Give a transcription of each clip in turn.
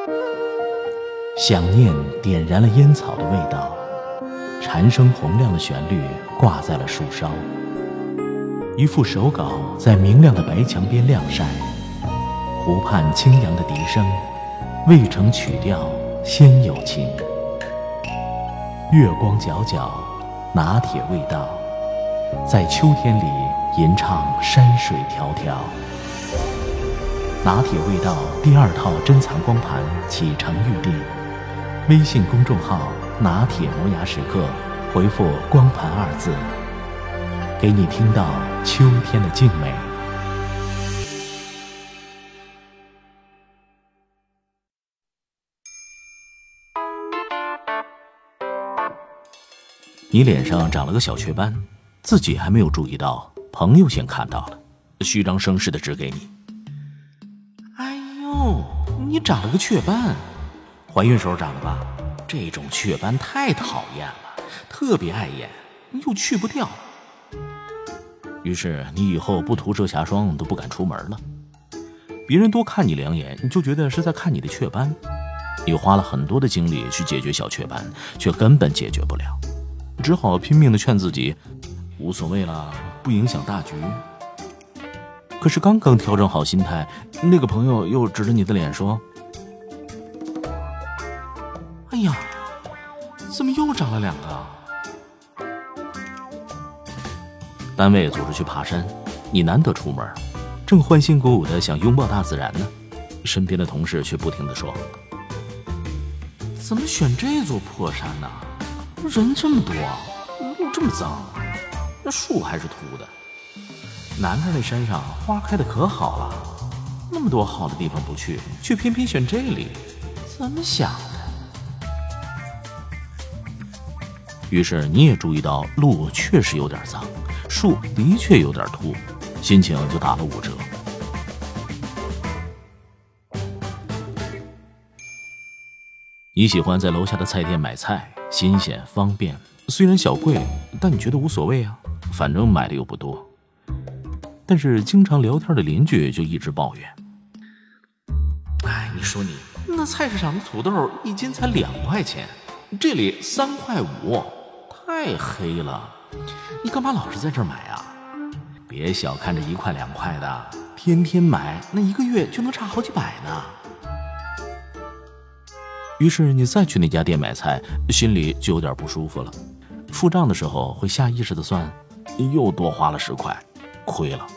想念点燃了烟草的味道，蝉声洪亮的旋律挂在了树梢。一副手稿在明亮的白墙边晾晒，湖畔清扬的笛声，未成曲调先有情。月光皎皎，拿铁味道，在秋天里吟唱山水迢迢。拿铁味道第2套珍藏光盘启程预定，微信公众号拿铁磨牙时刻，回复光盘2字，给你听到秋天的静美。你脸上长了个小雀斑，自己还没有注意到，朋友先看到了，虚张声势的指给你。哎呦，你长了个雀斑，怀孕时候长的吧？这种雀斑太讨厌了，特别碍眼，又去不掉。于是你以后不涂遮瑕霜都不敢出门了，别人多看你2眼，你就觉得是在看你的雀斑。你花了很多的精力去解决小雀斑，却根本解决不了，只好拼命地劝自己无所谓了，不影响大局。可是刚刚调整好心态，那个朋友又指着你的脸说：哎呀，怎么又长了2个？单位组织去爬山，你难得出门，正欢欣鼓舞的想拥抱大自然呢，身边的同事却不停地说：怎么选这座破山呢？人这么多，路这么脏，那树还是秃的。南边那山上花开的可好了，那么多好的地方不去，却偏偏选这里，怎么想的？于是你也注意到路确实有点脏，树的确有点秃，心情就打了5折。你喜欢在楼下的菜店买菜，新鲜方便，虽然小贵，但你觉得无所谓啊，反正买的又不多。但是经常聊天的邻居就一直抱怨：哎，你说你那菜市场的土豆1斤才2块钱，这里3块5，太黑了，你干嘛老是在这儿买啊？别小看这1块2块的，天天买那1个月就能差好几百呢。于是你再去那家店买菜，心里就有点不舒服了，付账的时候会下意识的算，又多花了10块，亏了。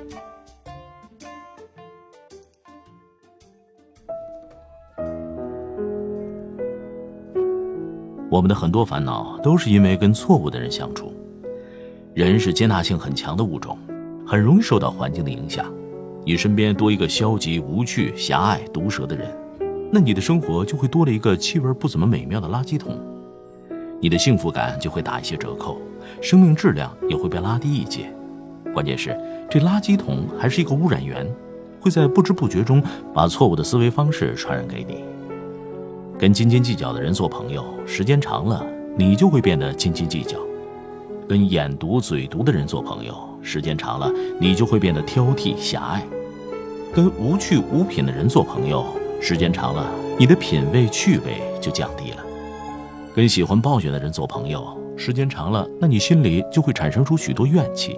我们的很多烦恼都是因为跟错误的人相处。人是接纳性很强的物种，很容易受到环境的影响。你身边多一个消极、无趣、狭隘、毒舌的人，那你的生活就会多了一个气味不怎么美妙的垃圾桶，你的幸福感就会打一些折扣，生命质量也会被拉低一截。关键是这垃圾桶还是一个污染源，会在不知不觉中把错误的思维方式传染给你。跟斤斤计较的人做朋友，时间长了，你就会变得斤斤计较；跟眼毒嘴毒的人做朋友，时间长了，你就会变得挑剔狭隘；跟无趣无品的人做朋友，时间长了，你的品味趣味就降低了；跟喜欢抱怨的人做朋友，时间长了，那你心里就会产生出许多怨气。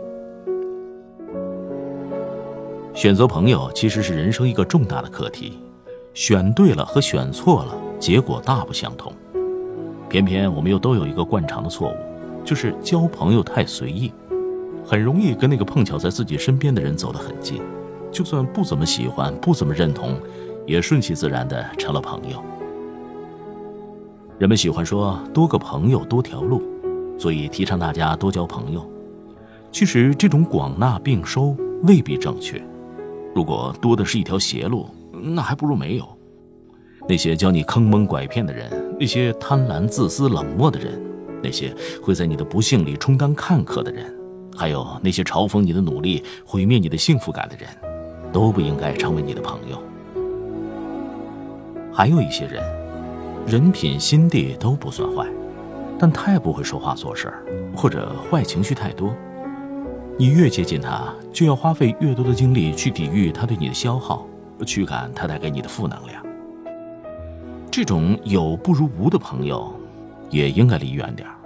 选择朋友其实是人生一个重大的课题，选对了和选错了结果大不相同。偏偏我们又都有一个惯常的错误，就是交朋友太随意，很容易跟那个碰巧在自己身边的人走得很近，就算不怎么喜欢，不怎么认同，也顺其自然地成了朋友。人们喜欢说多个朋友多条路，所以提倡大家多交朋友。其实这种广纳并收未必正确，如果多的是一条邪路，那还不如没有。那些教你坑蒙拐骗的人，那些贪婪自私冷漠的人，那些会在你的不幸里充当看客的人，还有那些嘲讽你的努力毁灭你的幸福感的人，都不应该成为你的朋友。还有一些人，人品心地都不算坏，但太不会说话做事，或者坏情绪太多。你越接近他，就要花费越多的精力去抵御他对你的消耗，驱赶他带给你的负能量。 这种有不如无的朋友也应该离远点。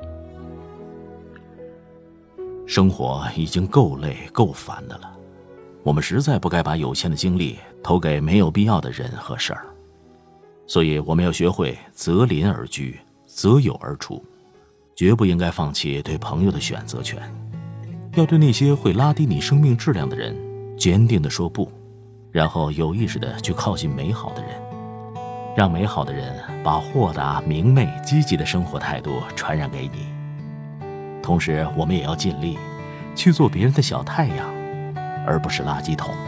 生活已经够累够烦的了，我们实在不该把有限的精力投给没有必要的人和事儿。所以我们要学会择邻而居，择友而处，绝不应该放弃对朋友的选择权。要对那些会拉低你生命质量的人坚定地说不，然后有意识地去靠近美好的人，让美好的人把豁达、明媚、积极的生活态度传染给你。同时我们也要尽力去做别人的小太阳，而不是垃圾桶。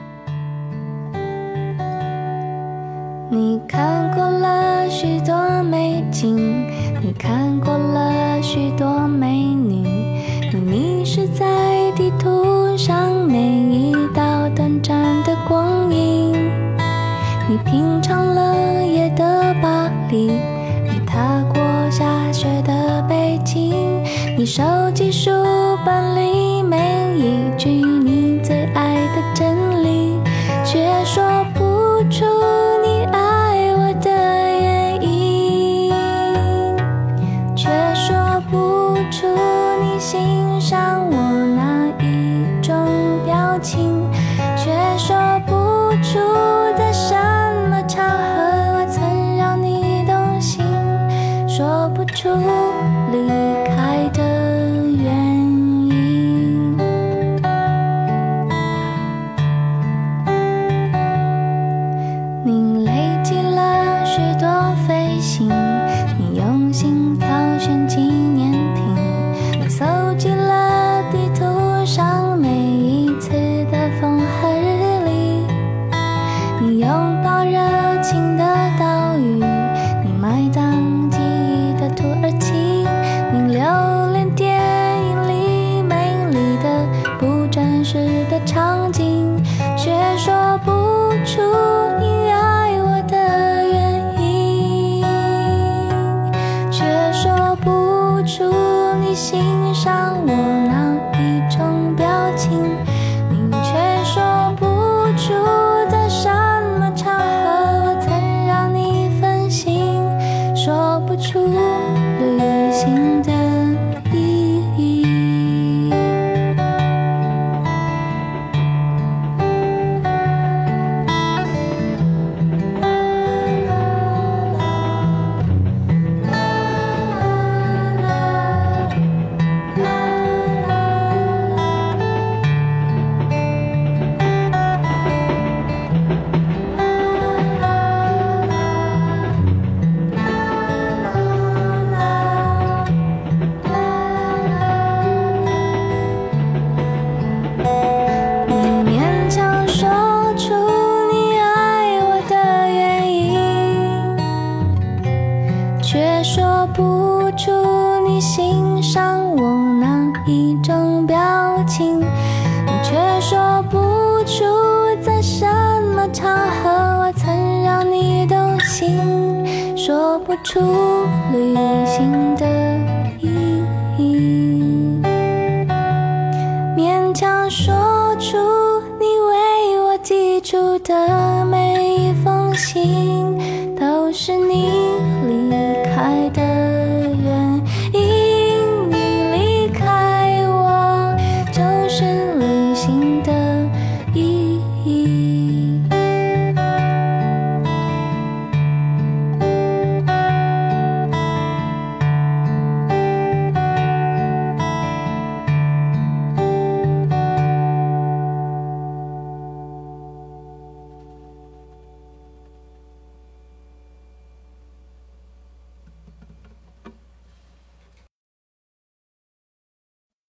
你看过了许多美景，你看过了许多美女，你迷失在地图上每一道短暂的光影，你品尝了夜的巴黎，你踏过下雪的北京，你收集书本里每一句你最爱的真理，却说不出你爱我的原因，却说不出你欣赏我哪一种表情，却说不出在什么场合我曾让你动心，说不出离开的原因。你累积了许多飞行，你用心挑选纪念品，你搜集了地图上每一次的风和日丽，你拥抱热情的岛屿，你埋葬记忆的土耳其，你留恋电影里美丽的不真实的场景，却说不出你爱我的原因，却说不出你欣赏我哪一种表情，你却说不出在什么场合我曾让你分心，说不出旅行的意义。你勉强说出你爱我的原因，却说不出你欣赏我哪一种表情，你却说不出在什么场合我曾让你动心，说不出旅行的意义，勉强说出你为我寄出的